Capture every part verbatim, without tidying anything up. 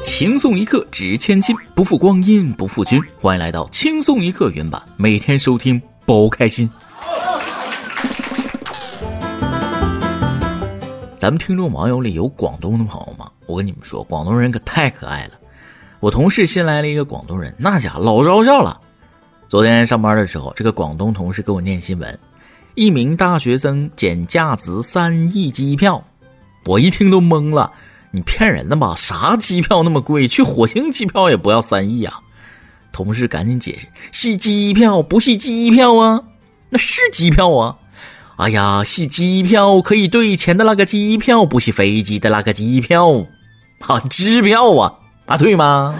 轻松一刻值千金，不负光阴不负君。欢迎来到轻松一刻原版，每天收听包开心。咱们听众网友里有广东的朋友吗？我跟你们说，广东人可太可爱了。我同事新来了一个广东人，那家老招笑了。昨天上班的时候，这个广东同事给我念新闻，一名大学生捡价值三亿机票。我一听都懵了，你骗人的吧？啥机票那么贵？去火星机票也不要三亿啊！同事赶紧解释，是机票，不是机票啊，那是机票啊。哎呀，是机票，可以兑钱的那个机票，不是飞机的那个机票啊，支票啊，啊对吗？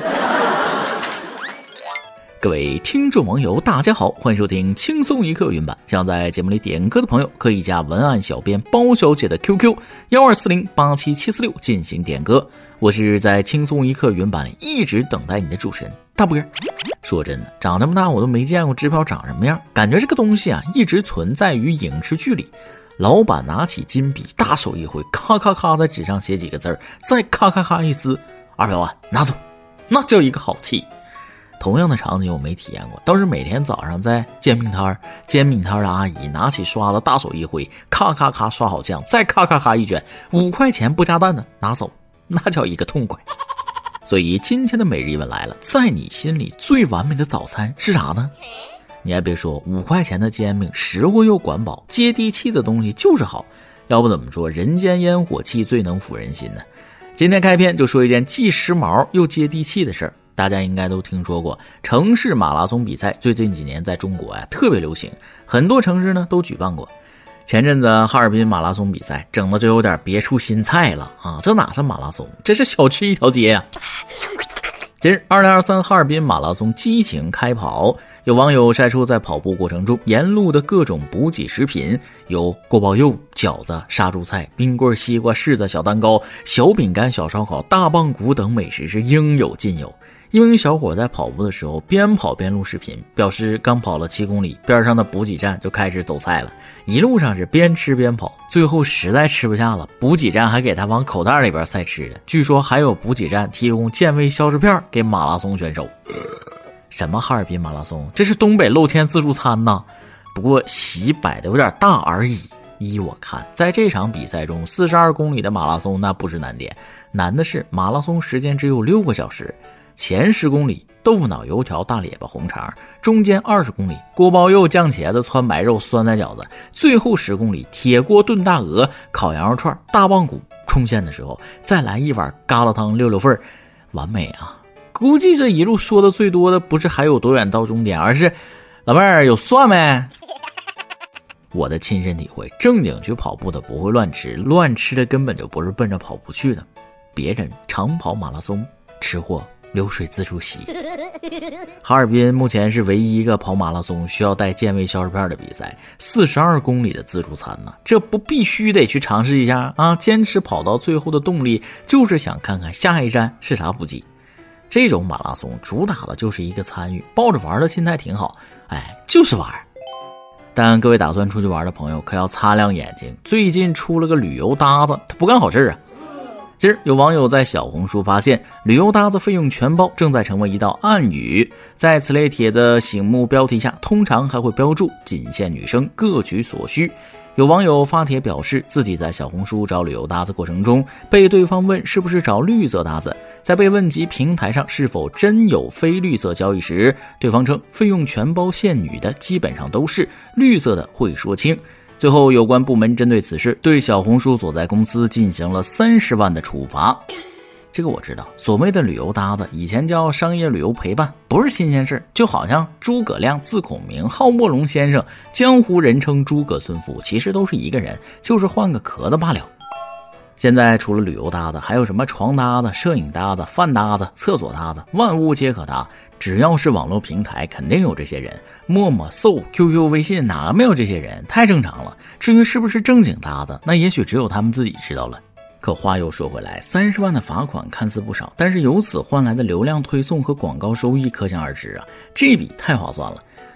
各位听众网友大家好，欢迎收听轻松一刻云版。想在节目里点歌的朋友可以加文案小编包小姐的 Q Q 一二四零八七七四六进行点歌。我是在轻松一刻云版里一直等待你的主持人大波。说真的，长这么大我都没见过支票长什么样，感觉这个东西啊一直存在于影视剧里。老板拿起金笔，大手一挥，咔咔咔在纸上写几个字，再咔咔咔一撕，二百万拿走，那叫一个好气。同样的场景我没体验过，倒是每天早上在煎饼摊煎饼摊的阿姨拿起刷子，大手一挥，咔咔咔刷好酱，再咔咔咔一卷，五块钱不加蛋的拿走，那叫一个痛快。所以今天的每日一问来了，在你心里最完美的早餐是啥呢？你还别说，五块钱的煎饼实惠又管饱，接地气的东西就是好，要不怎么说人间烟火气最能抚人心呢？今天开篇就说一件既时髦又接地气的事儿。大家应该都听说过城市马拉松比赛，最近几年在中国呀特别流行，很多城市呢都举办过。前阵子哈尔滨马拉松比赛整的就有点别出心裁了啊！这哪是马拉松，这是小吃一条街呀、啊！今日二零二三哈尔滨马拉松激情开跑，有网友晒出在跑步过程中沿路的各种补给食品，有锅包肉、饺子、杀猪菜、冰棍、西瓜、柿子、小蛋糕、小饼干、小烧烤、大棒骨等美食是应有尽有。一名小伙在跑步的时候边跑边录视频，表示刚跑了七公里，边上的补给站就开始走菜了，一路上是边吃边跑，最后实在吃不下了，补给站还给他往口袋里边塞吃的，据说还有补给站提供健胃消食片给马拉松选手。什么哈尔滨马拉松，这是东北露天自助餐呐！不过席摆的有点大而已。依我看，在这场比赛中，四十二公里的马拉松那不是难点，难的是马拉松时间只有六个小时。前十公里豆腐脑油条大列巴红肠，中间二十公里锅包肉酱茄子川白肉酸菜饺子，最后十公里铁锅炖大鹅烤羊肉串大棒骨，冲线的时候再来一碗疙瘩汤溜溜份，完美啊！估计这一路说的最多的不是还有多远到终点，而是老妹儿有蒜没？我的亲身体会，正经去跑步的不会乱吃，乱吃的根本就不是奔着跑步去的。别人长跑马拉松，吃货流水自助席。哈尔滨目前是唯一一个跑马拉松需要带健胃消食片的比赛，四十二公里的自助餐呢，这不必须得去尝试一下啊！坚持跑到最后的动力就是想看看下一站是啥补给。这种马拉松主打的就是一个参与，抱着玩的心态挺好，哎，就是玩。但各位打算出去玩的朋友可要擦亮眼睛，最近出了个旅游搭子，他不干好事啊！今儿有网友在小红书发现，旅游搭子费用全包正在成为一道暗语。在此类帖子醒目标题下，通常还会标注仅限女生，各取所需。有网友发帖表示，自己在小红书找旅游搭子过程中，被对方问是不是找绿色搭子，在被问及平台上是否真有非绿色交易时，对方称费用全包限女的基本上都是，绿色的会说清。最后有关部门针对此事对小红书所在公司进行了三十万的处罚。这个我知道，所谓的旅游搭子以前叫商业旅游陪伴，不是新鲜事，就好像诸葛亮字孔明，郝墨龙先生，江湖人称诸葛孙夫，其实都是一个人，就是换个壳子罢了。现在除了旅游搭子，还有什么床搭子、摄影搭子、饭搭子、厕所搭子，万物皆可搭。只要是网络平台肯定有这些人，陌陌、搜、Q Q、微信哪个没有这些人，太正常了。至于是不是正经搭子，那也许只有他们自己知道了。可话又说回来，三十万的罚款看似不少，但是由此换来的流量推送和广告收益可想而知啊，这笔太划算了。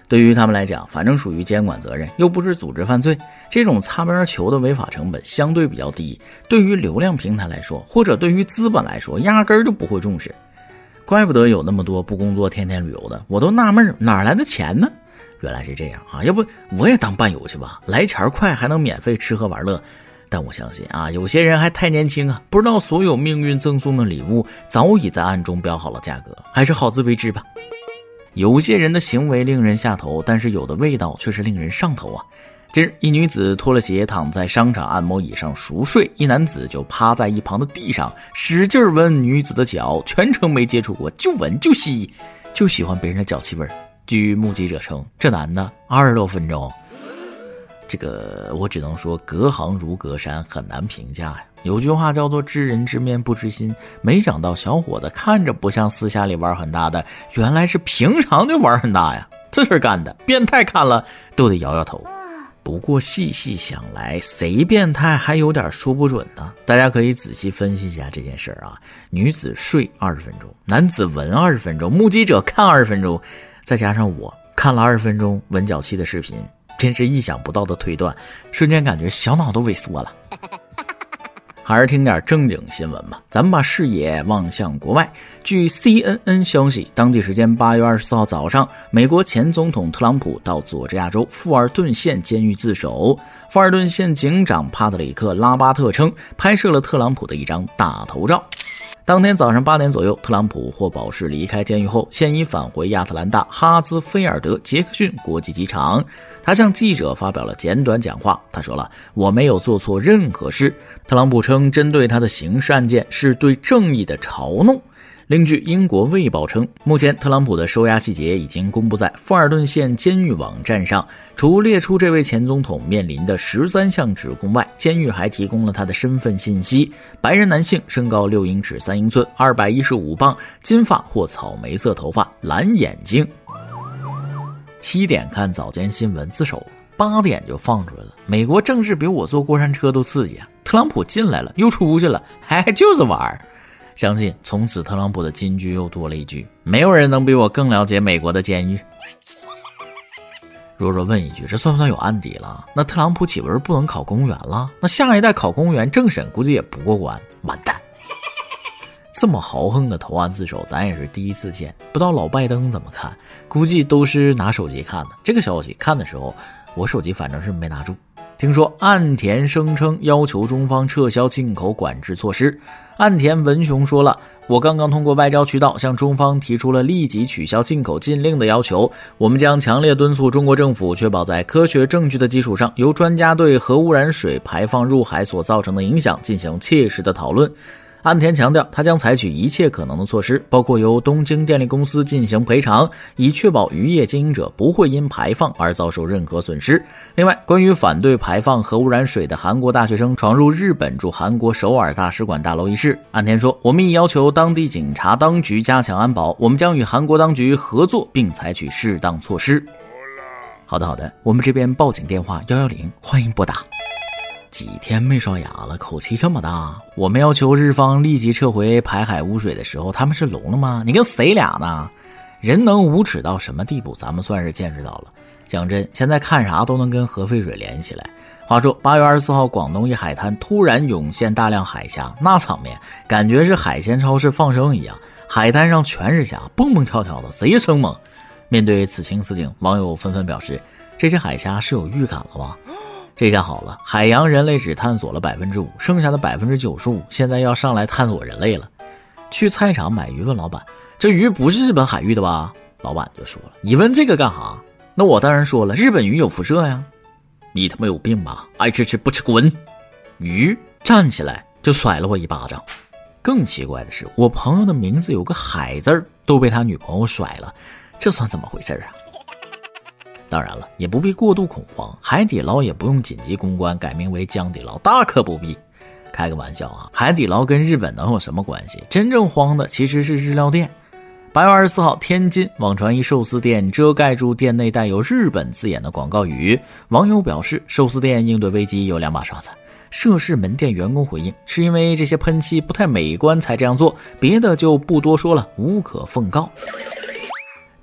对于他们来讲，反正属于监管责任，又不是组织犯罪，这种擦边球的违法成本相对比较低，对于流量平台来说，或者对于资本来说，压根儿就不会重视。怪不得有那么多不工作天天旅游的，我都纳闷哪来的钱呢？原来是这样啊，要不我也当伴游去吧，来钱快还能免费吃喝玩乐。但我相信啊，有些人还太年轻啊，不知道所有命运赠送的礼物早已在暗中标好了价格，还是好自为之吧。有些人的行为令人下头，但是有的味道却是令人上头啊。近日，一女子脱了鞋躺在商场按摩椅上熟睡，一男子就趴在一旁的地上使劲闻女子的脚，全程没接触过，就闻就吸，就喜欢别人的脚气味。据目击者称，这男的二十多分钟，这个我只能说隔行如隔山，很难评价呀。有句话叫做知人知面不知心，没想到小伙子看着不像私下里玩很大的，原来是平常就玩很大呀。这事干的变态看了都得摇摇头。不过细细想来，谁变态还有点说不准呢。大家可以仔细分析一下这件事啊。女子睡二十分钟，男子闻二十分钟，目击者看二十分钟，再加上我看了二十分钟闻脚气的视频，真是意想不到的推断，瞬间感觉小脑都萎缩了。还是听点正经新闻吧，咱们把视野望向国外。据 C N N 消息，当地时间八月二十四号早上，美国前总统特朗普到佐治亚州富尔顿县监狱自首。富尔顿县警长帕特里克·拉巴特称，拍摄了特朗普的一张大头照。当天早上八点左右，特朗普获保释离开监狱后，现已返回亚特兰大哈兹菲尔德杰克逊国际机场。他向记者发表了简短讲话，他说了：“我没有做错任何事。”特朗普称，针对他的刑事案件是对正义的嘲弄。另据英国卫报称，目前特朗普的收押细节已经公布在富尔顿县监狱网站上，除列出这位前总统面临的十三项指控外，监狱还提供了他的身份信息：白人男性，身高六英尺三英寸，二百一十五磅，金发或草莓色头发，蓝眼睛。七点看早间新闻自首，八点就放出来了。美国政治比我坐过山车都刺激啊！特朗普进来了又出去了，还就是玩。相信从此特朗普的金句又多了一句：没有人能比我更了解美国的监狱。若若问一句，这算不算有案底了？那特朗普岂不是不能考公务员了？那下一代考公务员政审估计也不过关，完蛋。这么豪横的投案自首，咱也是第一次见，不知道老拜登怎么看，估计都是拿手机看的。这个消息看的时候，我手机反正是没拿住。听说岸田声称要求中方撤销进口管制措施。岸田文雄说了，我刚刚通过外交渠道向中方提出了立即取消进口禁令的要求，我们将强烈敦促中国政府确保在科学证据的基础上，由专家对核污染水排放入海所造成的影响进行切实的讨论。岸田强调，他将采取一切可能的措施，包括由东京电力公司进行赔偿，以确保渔业经营者不会因排放而遭受任何损失。另外，关于反对排放核污染水的韩国大学生闯入日本驻韩国首尔大使馆大楼一事，岸田说，我们已要求当地警察当局加强安保，我们将与韩国当局合作并采取适当措施。好的好的，我们这边报警电话一一零，欢迎拨打。几天没刷牙了，口气这么大。我们要求日方立即撤回排海污水的时候，他们是聋了吗？你跟谁俩呢？人能无耻到什么地步，咱们算是见识到了。讲真，现在看啥都能跟核废水联系起来。话说八月二十四号，广东一海滩突然涌现大量海虾，那场面感觉是海鲜超市放生一样，海滩上全是虾，蹦蹦跳跳的，贼生猛。面对此情此景，网友纷纷表示，这些海虾是有预感了吗？这下好了，海洋人类只探索了 百分之五， 剩下的 百分之九十五 现在要上来探索人类了。去菜场买鱼问老板，这鱼不是日本海域的吧？老板就说了，你问这个干哈？那我当然说了，日本鱼有辐射呀。你他妈有病吧，爱吃吃不吃滚。鱼站起来就甩了我一巴掌。更奇怪的是，我朋友的名字有个海字都被他女朋友甩了，这算怎么回事啊？当然了，也不必过度恐慌，海底捞也不用紧急公关改名为江底捞，大可不必。开个玩笑啊，海底捞跟日本能有什么关系？真正慌的其实是日料店。八月二十四号，天津网传一寿司店遮盖住店内带有日本字眼的广告语，网友表示，寿司店应对危机有两把刷子。涉事门店员工回应，是因为这些喷漆不太美观才这样做，别的就不多说了，无可奉告。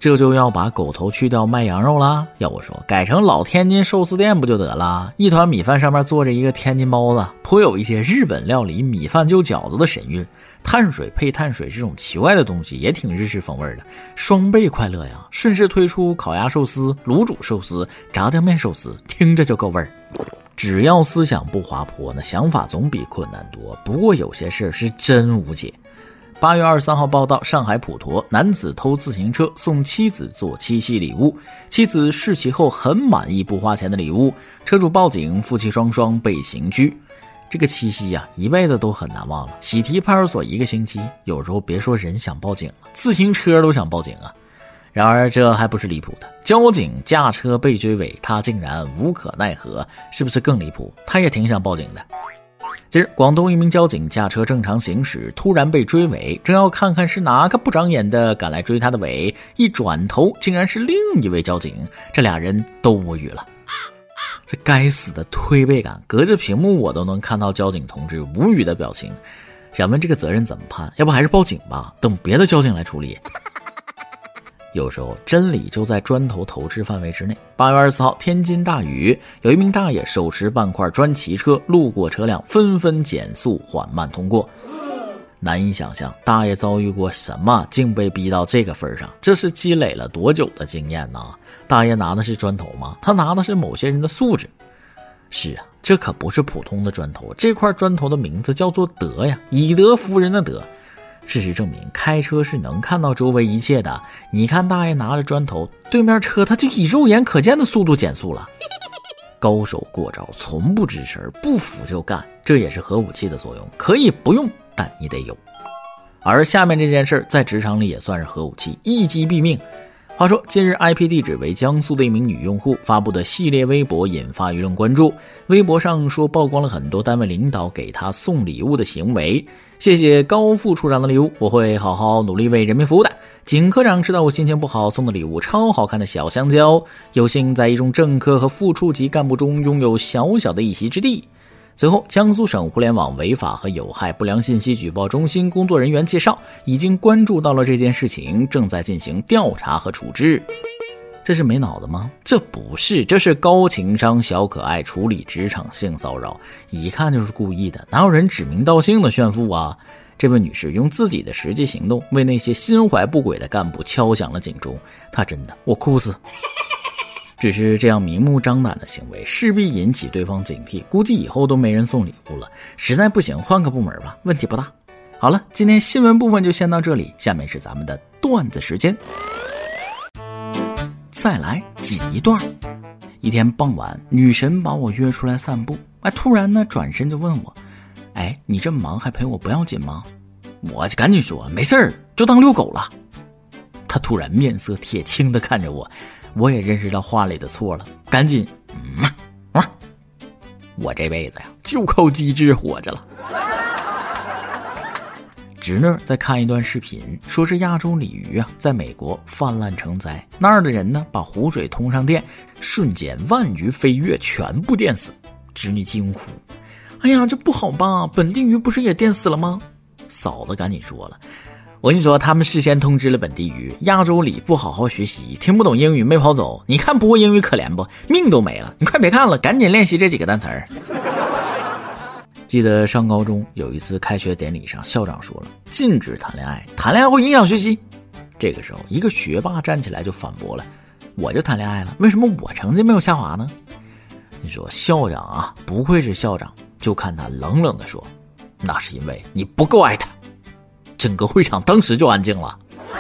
这就要把狗头去掉卖羊肉啦？要我说，改成老天津寿司店不就得了？一团米饭上面坐着一个天津包子，颇有一些日本料理米饭就饺子的神韵。碳水配碳水这种奇怪的东西也挺日式风味的，双倍快乐呀！顺势推出烤鸭寿司、卤煮寿司、炸酱面寿司，听着就够味儿。只要思想不滑坡，那想法总比困难多。不过有些事是真无解。八月二十三号报道，上海普陀男子偷自行车送妻子做七夕礼物，妻子试骑后很满意不花钱的礼物，车主报警，夫妻双双被刑拘。这个七夕呀、啊，一辈子都很难忘了。喜提派出所一个星期，有时候别说人想报警了，自行车都想报警啊。然而这还不是离谱的，交警驾车被追尾，他竟然无可奈何，是不是更离谱？他也挺想报警的。近日，广东一名交警驾车正常行驶，突然被追尾，正要看看是哪个不长眼的赶来追他的尾，一转头竟然是另一位交警，这俩人都无语了。这该死的推背感，隔着屏幕我都能看到交警同志无语的表情。想问这个责任怎么判？要不还是报警吧，等别的交警来处理。有时候真理就在砖头投掷范围之内。八月二十四号，天津大雨，有一名大爷手持半块砖骑车，路过车辆纷纷减速缓慢通过。难以想象大爷遭遇过什么，竟被逼到这个份上，这是积累了多久的经验呢？大爷拿的是砖头吗？他拿的是某些人的素质。是啊，这可不是普通的砖头，这块砖头的名字叫做德呀，以德服人的德。事实证明，开车是能看到周围一切的。你看大爷拿着砖头，对面车他就以肉眼可见的速度减速了。高手过招，从不吱声，不服就干，这也是核武器的作用，可以不用，但你得有。而下面这件事在职场里也算是核武器，一击毙命。话说，近日 I P 地址为江苏的一名女用户发布的系列微博引发舆论关注。微博上说曝光了很多单位领导给她送礼物的行为。谢谢高副处长的礼物，我会好好努力为人民服务的。景科长知道我心情不好，送的礼物超好看的小香蕉，有幸在一众政科和副处级干部中拥有小小的一席之地。随后，江苏省互联网违法和有害不良信息举报中心工作人员介绍，已经关注到了这件事情，正在进行调查和处置。这是没脑子吗？这不是，这是高情商小可爱处理职场性骚扰，一看就是故意的，哪有人指名道姓的炫富啊？这位女士用自己的实际行动为那些心怀不轨的干部敲响了警钟，她真的，我哭死。只是这样明目张胆的行为势必引起对方警惕，估计以后都没人送礼物了，实在不行换个部门吧，问题不大。好了，今天新闻部分就先到这里，下面是咱们的段子时间。再来挤一段。一天傍晚，女神把我约出来散步，哎，突然呢转身就问我，哎，你这么忙还陪我不要紧吗？我就赶紧说没事儿，就当遛狗了。她突然面色铁青地看着我，我也认识到话里的错了，赶紧嗯啊，我这辈子呀就靠机智活着了。侄女在看一段视频，说是亚洲鲤鱼啊在美国泛滥成灾，那儿的人呢把湖水通上电，瞬间万鱼飞跃，全部电死。侄女惊呼，哎呀这不好吧，本地鱼不是也电死了吗？嫂子赶紧说了，我跟你说，他们事先通知了本地鱼，亚洲鲤不好好学习，听不懂英语没跑走，你看不会英语可怜不，命都没了，你快别看了，赶紧练习这几个单词儿。记得上高中有一次开学典礼上，校长说了禁止谈恋爱，谈恋爱会影响学习。这个时候一个学霸站起来就反驳了，我就谈恋爱了，为什么我成绩没有下滑呢？你说校长啊，不愧是校长，就看他冷冷地说，那是因为你不够爱他。整个会场当时就安静了。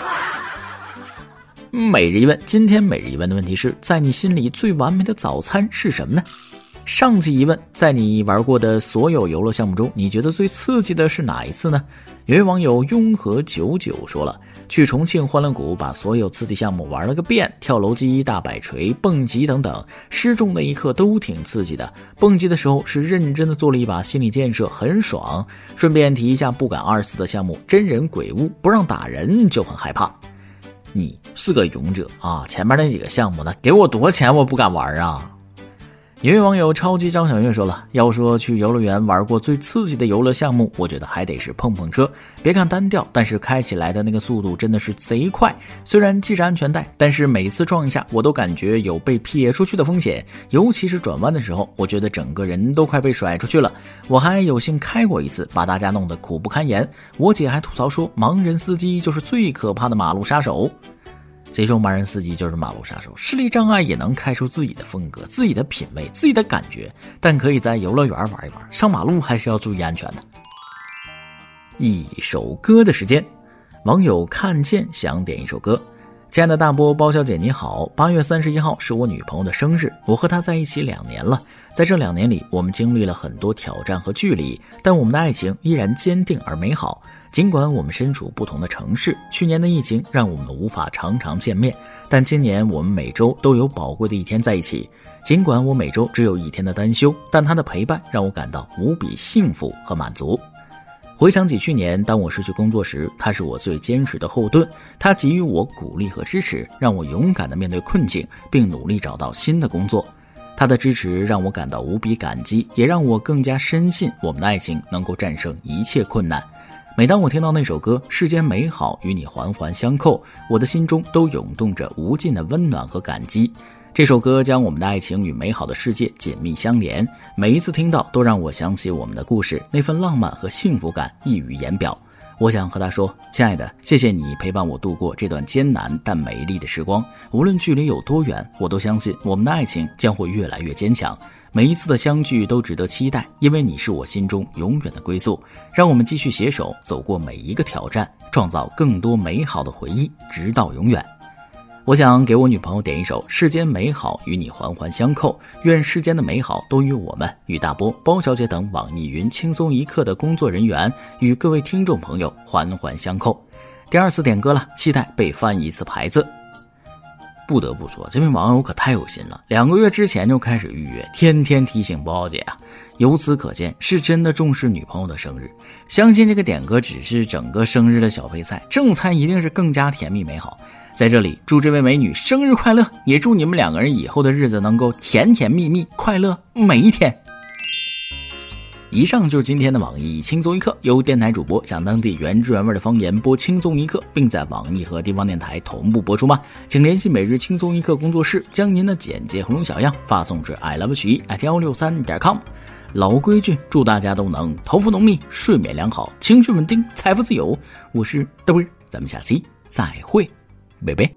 每日一问，今天每日一问的问题是，在你心里最完美的早餐是什么呢？上期疑问，在你玩过的所有游乐项目中，你觉得最刺激的是哪一次呢？有位网友雍和九九说了，去重庆欢乐谷把所有刺激项目玩了个遍，跳楼机、大摆锤、蹦极等等，失重的一刻都挺刺激的。蹦极的时候是认真的做了一把心理建设，很爽。顺便提一下不敢二次的项目，真人鬼屋不让打人就很害怕。你是个勇者啊，前面那几个项目呢，给我多少钱我不敢玩啊。 一位网友超级张小月说了，要说去游乐园玩过最刺激的游乐项目，我觉得还得是碰碰车。别看单调，但是开起来的那个速度真的是贼快。虽然系着安全带，但是每次撞一下，我都感觉有被撇出去的风险。尤其是转弯的时候，我觉得整个人都快被甩出去了。我还有幸开过一次，把大家弄得苦不堪言。我姐还吐槽说，盲人司机就是最可怕的马路杀手。谁说盲人司机就是马路杀手？视力障碍也能开出自己的风格、自己的品味、自己的感觉，但可以在游乐园玩一玩，上马路还是要注意安全的。一首歌的时间，网友看见想点一首歌。亲爱的大波包小姐你好，八月三十一号是我女朋友的生日，我和她在一起两年了，在这两年里，我们经历了很多挑战和距离，但我们的爱情依然坚定而美好。尽管我们身处不同的城市，去年的疫情让我们无法常常见面，但今年我们每周都有宝贵的一天在一起。尽管我每周只有一天的单休，但她的陪伴让我感到无比幸福和满足。回想起去年，当我失去工作时，他是我最坚实的后盾，他给予我鼓励和支持，让我勇敢地面对困境，并努力找到新的工作。他的支持让我感到无比感激，也让我更加深信我们的爱情能够战胜一切困难。每当我听到那首歌《世间美好与你环环相扣》，我的心中都涌动着无尽的温暖和感激。这首歌将我们的爱情与美好的世界紧密相连，每一次听到都让我想起我们的故事，那份浪漫和幸福感溢于言表。我想和他说，亲爱的，谢谢你陪伴我度过这段艰难但美丽的时光，无论距离有多远，我都相信我们的爱情将会越来越坚强。每一次的相聚都值得期待，因为你是我心中永远的归宿。让我们继续携手走过每一个挑战，创造更多美好的回忆，直到永远。我想给我女朋友点一首《世间美好与你环环相扣》，愿世间的美好都与我们、与大波、包小姐等网易云轻松一刻的工作人员与各位听众朋友环环相扣。第二次点歌了，期待被翻一次牌子。不得不说，这位网友可太有心了，两个月之前就开始预约，天天提醒包姐啊。由此可见，是真的重视女朋友的生日。相信这个点歌只是整个生日的小配菜，正餐一定是更加甜蜜美好。在这里祝这位美女生日快乐，也祝你们两个人以后的日子能够甜甜蜜蜜，快乐每一天。以上就是今天的网易轻松一刻，由电台主播讲当地原汁原味的方言播轻松一刻，并在网易和地方电台同步播出吗？请联系每日轻松一刻工作室，将您的简介和录小样发送至 i love 曲艺 at 一六三点 com。老规矩，祝大家都能头发浓密，睡眠良好，情绪稳定，财富自由。我是嘚啵，咱们下期再会，拜拜。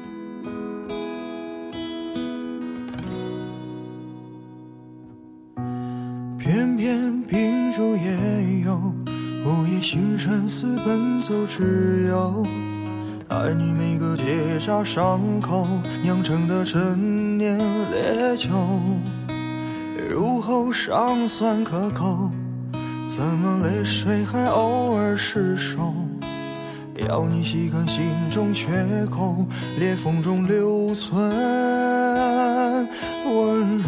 偏偏秉烛夜游，午夜星辰似奔走之友，爱你每个结痂伤口酿成的陈年烈酒，入喉尚算可口，怎么泪水还偶尔失手？要你细看心中缺口，裂缝中留存温柔。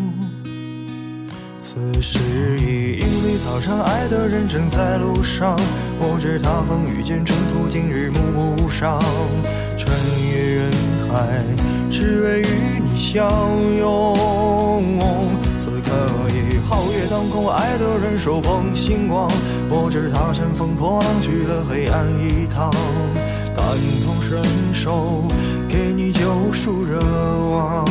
此时已莺飞草长，爱的人正在路上，我知他风雨兼程途，今日暮不赏，穿越人海，只为与你相拥。此刻已皓月当空，爱的人手捧星光，我知他乘风破浪去了黑暗一趟，感同身受，给你救赎热望。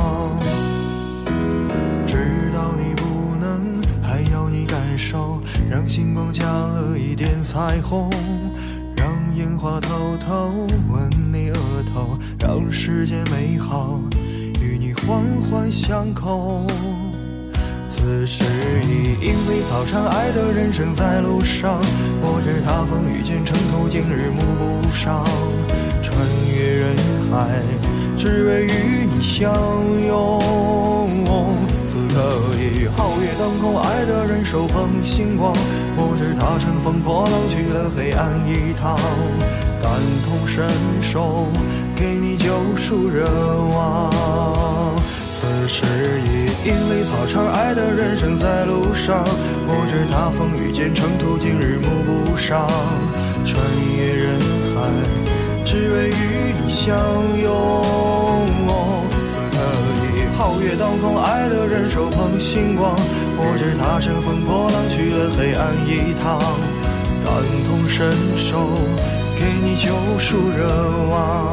知道你不能，还要你感受，让星光加了一点彩虹，让烟花偷偷吻你额头，让世界美好与你环环相扣。此时已莺飞草长，爱的人生在路上，我知他风雨兼程途，今日暮不赏，穿越人海，只为与你相拥。此刻已皓月当空，爱的人手捧星光，我知他乘风破浪去了黑暗一趟，感同身受，给你救赎热望。此时已莺飞草长，爱的人生在路上，我知他风雨兼程途，今日暮不赏，穿越人海，只为与你相拥。此刻已皓月当空，爱的人手捧星光，我只踏乘风破浪去了黑暗一趟，感同身受，给你救赎热望，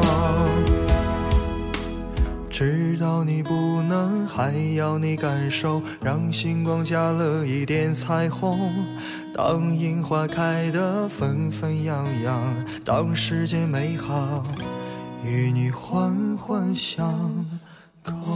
直到你不能，还要你感受，让星光加了一点彩虹，当樱花开得纷纷扬扬，当世界美好与你环环相扣。